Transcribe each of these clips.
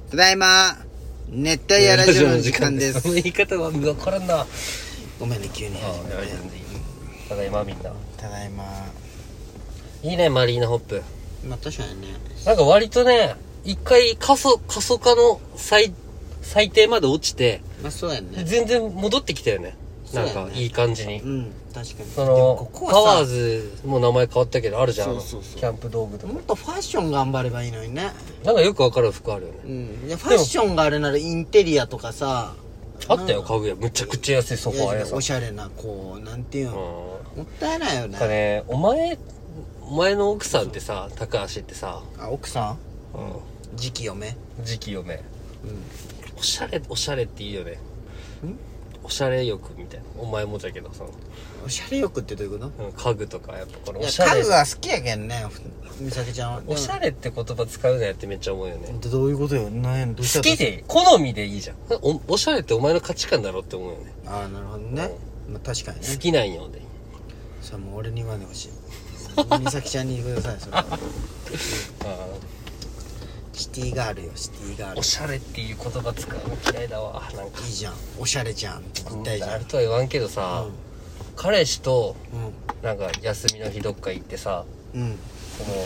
ただいま熱帯夜ラジオの時間です。 その言い方は分からんな。 ごめんね、急に始めて。 ただいまみんな。 ただいま。 いいね、マリーナホップ。 まあ確かにね。 なんか割とね、一回過疎化の最低まで落ちて、 まあそうやね。 全然戻ってきたよね。なんかいい感じに。 うん、確かに。 そのパワーズも名前変わったけどあるじゃん。 そうキャンプ道具とか。 もっとファッション頑張ればいいのにね。 なんかよくわかる服あるよね。 うん。いやファッションがあれならインテリアとかさ。 あったよ、家具屋。むちゃくちゃ安いソファー屋さん。 おしゃれな、こう、なんていうの。もったいないよね。 なんかね、お前の奥さんってさ、高橋ってさ。 あ、奥さん？ うん。 次期嫁？ 次期嫁。 うん。 おしゃれっていいよね。おしゃれ欲みたいな。お前もじゃけどさ。 おしゃれ欲ってどういうこと？ 家具とかやっぱこのおしゃれ。 家具は好きやけんね、美咲ちゃんは。 おしゃれって言葉使うのやってめっちゃ思うよね。 どういうことよ？なんやん、どうした好きで、好みでいいじゃん。おしゃれってお前の価値観だろって思うよね。 ああ、なるほどね。まあ確かにね。 好きなんよで。 さあもう俺に言わんでほしい。美咲ちゃんに言ってください、それは。シティガールよ、シティガール。 おしゃれっていう言葉使うの嫌いだわ。なんかいいじゃん、おしゃれじゃんって言いたいじゃん。 あるとは言わんけどさ、彼氏とうなんか休みの日どっか行ってさ、 ん。うん。 この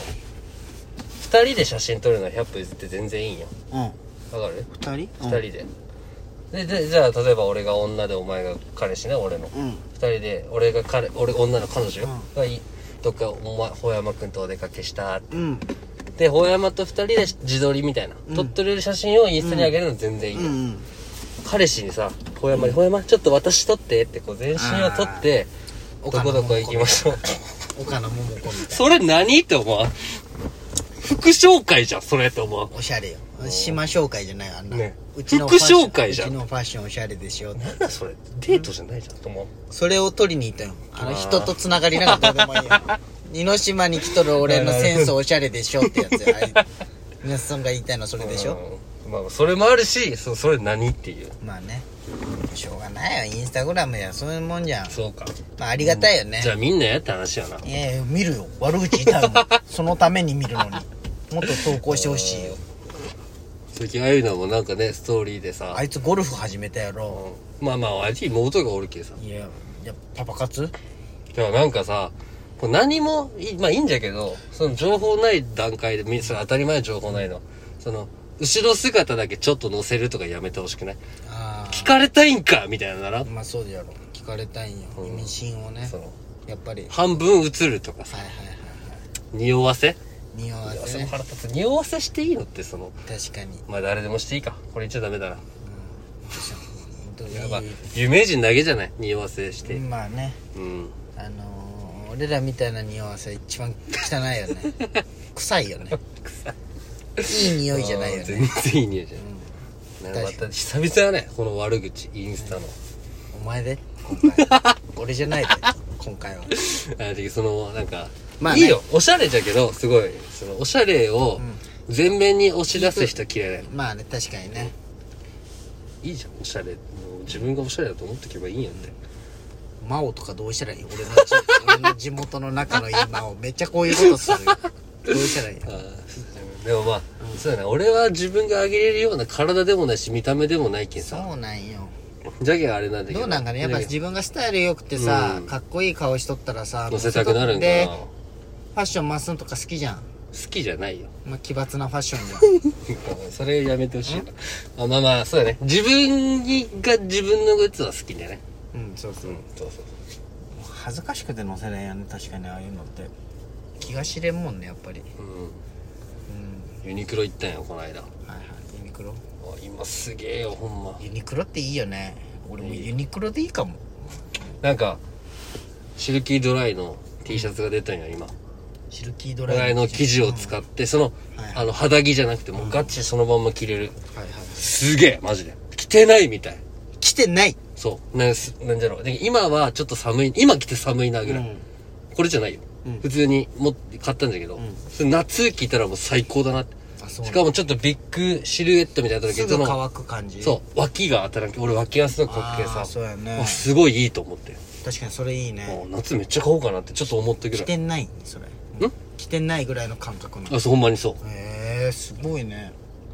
2人で写真撮るのは100歩譲って全然いいんよ。 うん。 わかる二人？ 2人で。でじゃあ例えば俺が女でお前が彼氏ね、俺の。 うん。 2人で俺女の彼女がどっかほ山くんとお出かけしたって。 うん。 で、ほ山と2人で自撮りみたいな。撮ってる写真をインスタに上げるの全然いいよ。 うん。 彼氏にさ、ほ山ちょっと私撮ってってこう全身を撮って、どこどこ行きましょう。 岡野桃子みたいな。 それ何って思わん？服紹介じゃん、それって思わん？ おしゃれよ。島紹介じゃないよ、あんな。 ね。 うちの服紹介じゃん。 うちのファッションおしゃれでしょって。 なんだそれ、デートじゃないじゃん、と思う。 それを取りに行ったよ。人とつながりなんかどうでもいいよ。二の島に来とる俺のセンスおしゃれでしょってやつよ。皆さんが言いたいのはそれでしょ。 まあ、それもあるし、それ何っていう。 まあね。しょうがないよ。インスタグラムやそういうもんじゃん。 そうか。 まあありがたいよね。 じゃあみんなやって話やな。 いやいや、見るよ。悪口言いたいもん。そのために見るのに。もっと投稿してほしいよ。 最近ああいうのもなんかね、ストーリーでさ。 あいつゴルフ始めたやろ。 まあ、あいつ妹がおるけどさ。 いや、パパ活？ いや、なんかさ、何もまあいいんじゃけど、その情報ない段階で、それ当たり前の情報ないの。後ろ姿だけちょっと載せるとかやめてほしくない？聞かれたいんかみたいななら。 まあそうやろ。聞かれたいんよ。意味深をね。やっぱり。 半分映るとかさ。 はいはいはいはい。 匂わせ？ 匂わせね。 腹立つ。匂わせしていいのって確かに。 まあ誰でもしていいか。これ言っちゃダメだな。 やばい。 有名人だけじゃない？匂わせして。 まあね。 うん。 俺らみたいな匂わせ一番汚いよね。臭いよね。いい匂いじゃないよね。 全然いい匂いじゃない。また久々だね、この悪口、インスタの。 お前で今回。俺じゃないで、今回は。 なんか、 まあいいよ、おしゃれじゃけど、すごい、おしゃれを前面に押し出す人嫌いだよ。 まあね、確かにね。 いいじゃん、おしゃれ。自分がおしゃれだと思っておけばいいんやって。 真央とかどうしたらいい？俺の地元の中の今をめっちゃこういうことする。どうしたらいい？ でもまあ、そうだね。俺は自分が上げれるような体でもないし、見た目でもないけんさ。 そうなんよ。 じゃけんあれなんだけど。 どうなんかね、やっぱ自分がスタイル良くてさ、かっこいい顔しとったらさ、 乗せたくなるんかな。 で、ファッション増すのとか好きじゃん。 好きじゃないよ。 まあ、奇抜なファッションじゃん。それやめてほしいな。まあ、そうだね。自分が自分のグッズは好きだね。 うん、そうそう。恥ずかしくて載せないよね、確かにああいうのって。気が知れんもんね、やっぱり。 ユニクロ行ったんよ、この間。 はいはい、ユニクロ。 今すげえよ、ほんま。 ユニクロっていいよね。俺もユニクロでいいかも。 なんか、シルキードライの T シャツが出たんよ、今。 シルキードライの生地を使って、肌着じゃなくて、もうガチそのまんま着れる。 はいはい。 すげえ、マジで。着てないみたい。 着てない。 そう。なんじゃろう。今はちょっと寒い。今着て寒いなぐらい。これじゃないよ。普通に買ったんだけど、夏着たらもう最高だなって。しかもちょっとビッグシルエットみたいな時すぐ乾く感じ。 そう。脇が当たらんけど、俺脇がすごくかっけさ。 そうやね。 すごいいいと思って。 確かにそれいいね。 夏めっちゃ買おうかなってちょっと思ったぐらい。 着てないそれ。着てないぐらいの感覚の。 ほんまにそう。 すごいね。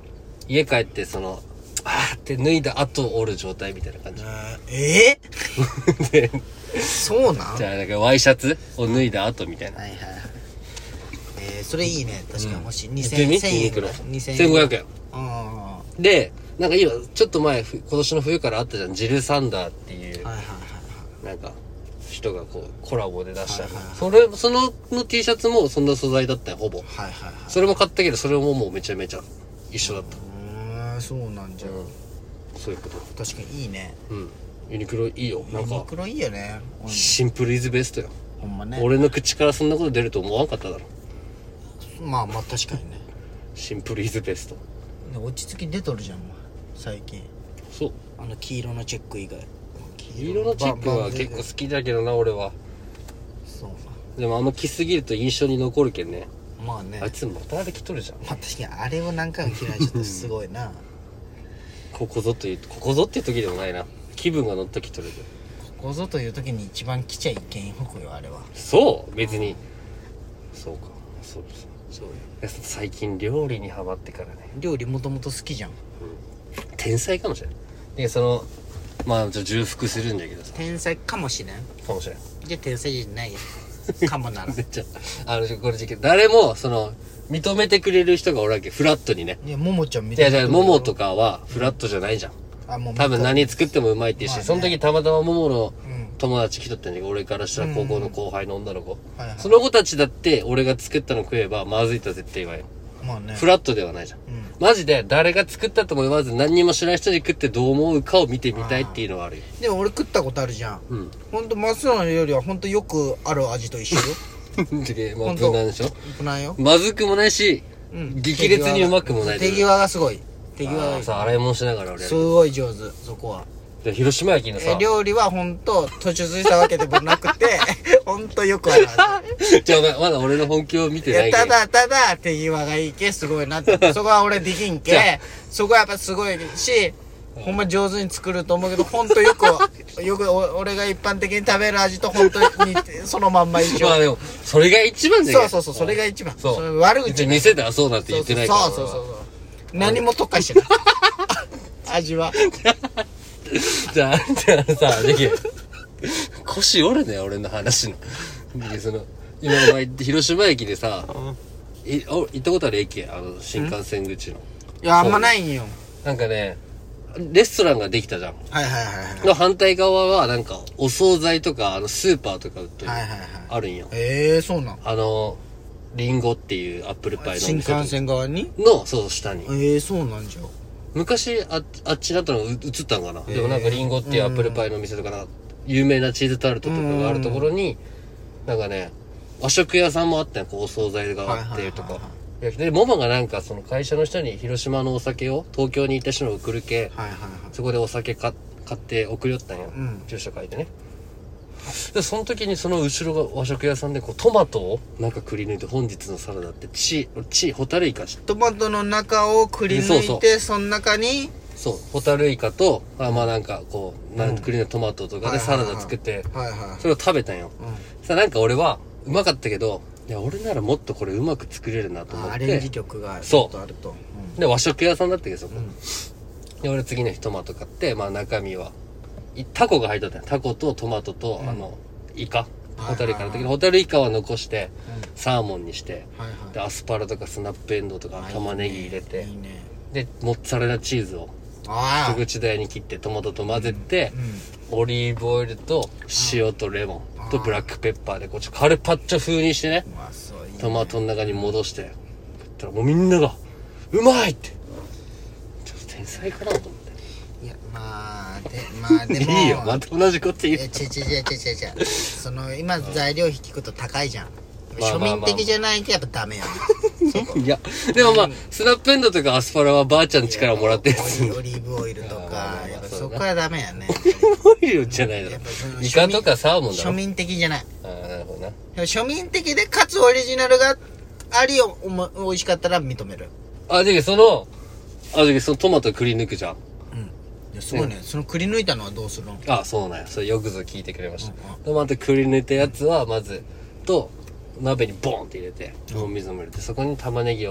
家帰ってって脱いだ後折る状態みたいな感じ。 でそうなんじゃあなんかワイシャツを脱いだ後みたいな。 はいはいはい。それいいね。確かにもし 2000円ぐらい。1500円。 あで、なんか今、ちょっと前、今年の冬からあったじゃん。ジル・サンダーっていう、なんか、人がこう、コラボで出したの。その T シャツもそんな素材だったよ、ほぼ。それも買ったけど、それももうめちゃめちゃ一緒だった。 そうなんじゃ。 そういうこと。 確かにいいね。 ユニクロいいよ。なんか。 ユニクロいいよね。 シンプルイズベストよ。 ほんまね。 俺の口からそんなこと出ると思わんかっただろ。 まあまあ確かにね。 シンプルイズベスト。 落ち着き出とるじゃん、最近。 そう。 黄色のチェック以外。 黄色のチェックは結構好きだけどな、俺は。そうでも着すぎると印象に残るけんね。 まあね。 あいつまたあれ着とるじゃん。 まあ確かにあれを何回も着ないちょっとすごいな。 ここぞっていう時でもないな。気分が乗った着とるで。 ここぞという時に一番着ちゃいけん服よ、あれは。 そう別に。そうか。そう。最近料理にハマってからね。 料理もともと好きじゃん。 天才かもしれない。でまあ重複するんだけどさ。 天才かもしれん。 かもしれん。 じゃあ天才じゃないよ。かもなら。 これ時期誰も認めてくれる人がおるわけ。フラットにね。 いや、ももちゃんみたいな。ももとかはフラットじゃないじゃん。多分何作ってもうまいっていうし、その時たまたまももの友達来とったんだけど、俺からしたら高校の後輩の女の子。その子たちだって俺が作ったの食えばまずいとは絶対言わんよ。まあね。フラットではないじゃん。マジで誰が作ったとも言わず何にも知らない人に食ってどう思うかを見てみたいっていうのはあるよ。 でも俺食ったことあるじゃん。ほんとマスの料理はほんとよくある味と一緒よ。 まあ無難でしょ。 無難よ。 まずくもないし、激烈にうまくもない。 手際がすごい。手際がいい。 さ、洗い物しながら俺すごい上手、そこは。 広島駅のさ。 料理はほんと、途中ついたわけでもなくて、ほんとよくある味。 じゃあまだ俺の本気を見てないけど。 ただ、手際がいいけ、すごいなって。そこは俺できんけ、そこはやっぱすごいし、ほんま上手に作ると思うけど、ほんとよく俺が一般的に食べる味とほんとにそのまんま一緒。 まあでも、それが一番だよ。 そう、それが一番。 そう。 悪口。 店ではそうなんて言ってないから。 そう。何も特化してない。味は。 じゃあさ、腰折るね、俺の話の。今お前、広島駅でさ、行ったことある駅新幹線口の。 いや、あんまないんよ。 なんかね、レストランができたじゃん。 はい。 の反対側は、なんか、お惣菜とか、スーパーとか売ってる。あるんよ。 そうなん。 リンゴっていうアップルパイの新幹線側にそう、下に。 そうなんじゃ。 昔、あっちだったの映ったんかな。でもなんかリンゴっていうアップルパイの店とか有名なチーズタルトとかがあるところに、なんかね、和食屋さんもあったよ、お惣菜があってとか。で、モモがなんか会社の人に広島のお酒を東京に行った人に送るけ、そこでお酒買って送りよったんよ。住所書いてね。で、その時にその後ろが和食屋さんでトマトを中くり抜いて本日のサラダってホタルイカトマトの中をくり抜いて、その中にホタルイカと、まあなんかくり抜いたトマトとかでサラダ作って、それを食べたんよ。さ、なんか俺はうまかったけど、いや、俺ならもっとこれうまく作れるなと思って。 アレンジ力がちょっとあると。 で、和食屋さんだったけど、そこ。で、俺次の日トマト買って、まあ中身は、タコが入っとったよ。タコとトマトと、イカ。ホタルイカの時に、ホタルイカは残して、サーモンにして、で、アスパラとかスナップエンドウとか玉ねぎ入れて、で、モッツァレラチーズを、一口大に切ってトマトと混ぜて、オリーブオイルと塩とレモンとブラックペッパーで、カルパッチョ風にしてね、トマトの中に戻して、食ったらもうみんなが、うまいって。ちょっと天才かなと思って。 いや、まあでもいいよ、また同じこと言う。 今材料費聞くと高いじゃん。庶民的じゃないけどやっぱダメやね。いや、でもまあ、スナップエンドウとかアスパラはばあちゃんの力をもらってるやつ。 オリーブオイルとか、やっぱそこはダメやね。 オイルじゃないだろ。イカとかサーモンだろ。 庶民的じゃない。 なるほどな。 庶民的でかつオリジナルがありを美味しかったら認める。 そのトマトくり抜くじゃん。 すごいね。そのくり抜いたのはどうするの？ そうなんや。それよくぞ聞いてくれました。トマトくり抜いたやつは、まず、鍋にボーンって入れて、お水も入れて、そこに玉ねぎを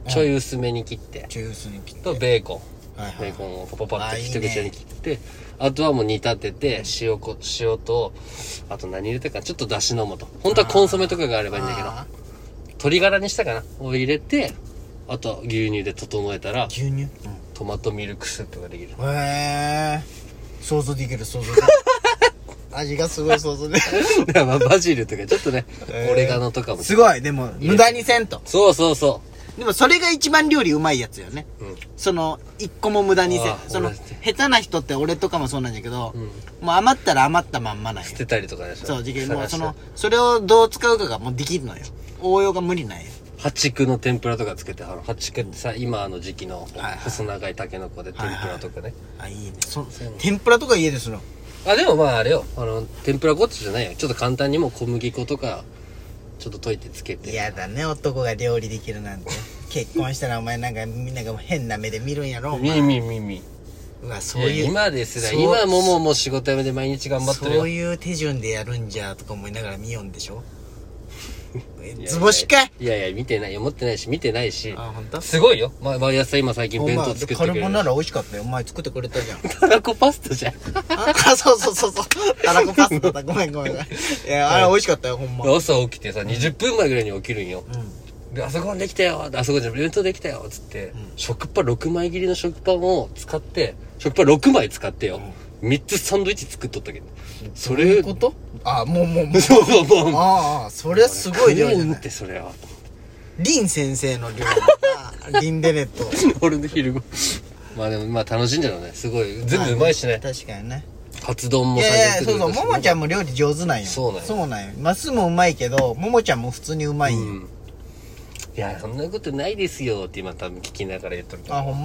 ちょい薄めに切って、 ジュースに切って。 とベーコン。 はいはいベーコンをパパパッとあいいね一口に切って、あとはもう煮立てて、塩と、あと何入れたかな、ちょっとだしの素。本当はコンソメとかがあればいいんだけど、 あ鶏ガラにしたかなを入れて、あとは牛乳で整えたら、 牛乳トマトミルクスープができる。 へえ想像できる想像できる味がすごい想像できるだからまあバジルとかちょっとね、 へーオレガノとかも。 すごいでも無駄にせんとそうそうそでもそれが一番料理うまいやつよねう。うん。 その一個も無駄にせんあーその俺下手な人って俺とかもそうなんだけど、 うん。 もう余ったら余ったまんまなんよ捨てたりとかでしょ。 そう次元もうそ探してのそれをどう使うかがもうできるのよ応用が無理なんよ八竹の天ぷらとかつけて、八竹ってさ、今の時期のはいはい細長いタケノコで天ぷらとかね。 あいいねそういうの天ぷらとか家でするのあ、でもまああれよ、天ぷら粉じゃないよ。ちょっと簡単にもう小麦粉とか、ちょっと溶いてつけて。 嫌だね男が料理できるなんて結婚したらお前なんかみんなが変な目で見るんやろお前み。 うわそういやいう今ですら、 そう今もう仕事辞めて毎日頑張ってるよ。 そういう手順でやるんじゃとか思いながら見よんでしょいや図星かいいやいや、見てないよ。持ってないし、見てないし。 あ本当すごいよ。毎朝今最近弁当作ってくれる。 カルボナーラ美味しかったよお前作ってくれたじゃんたらこパスタじゃん。 あそうたらこパスタだごめんいやあれ美味しかったよほんま朝起きてさ、20分前ぐらいに起きるんよ。で、あそこできたよ。あそこじゃ弁当できたよ。つって、食パン6枚切りの食パンを使って、食パン6枚使ってよ。3つサンドイッチ作っとったけど。そどういうれ、 ことあもうそうもう。 ああそれはすごい料理じゃないってそれは。 リン先生の料理だなリンベネット俺の昼ご。まあでもまあ楽しいんじゃろうね。すごい。全部うまいしね。 確かにねカツ丼もいやいやそうそうももちゃんも。 も料理上手なんよそうなんよよマスもうまいけどももちゃんも普通にうまいんよ、 うん。いや、そんなことないですよって今多分聞きながら言っとると思う。 あほんま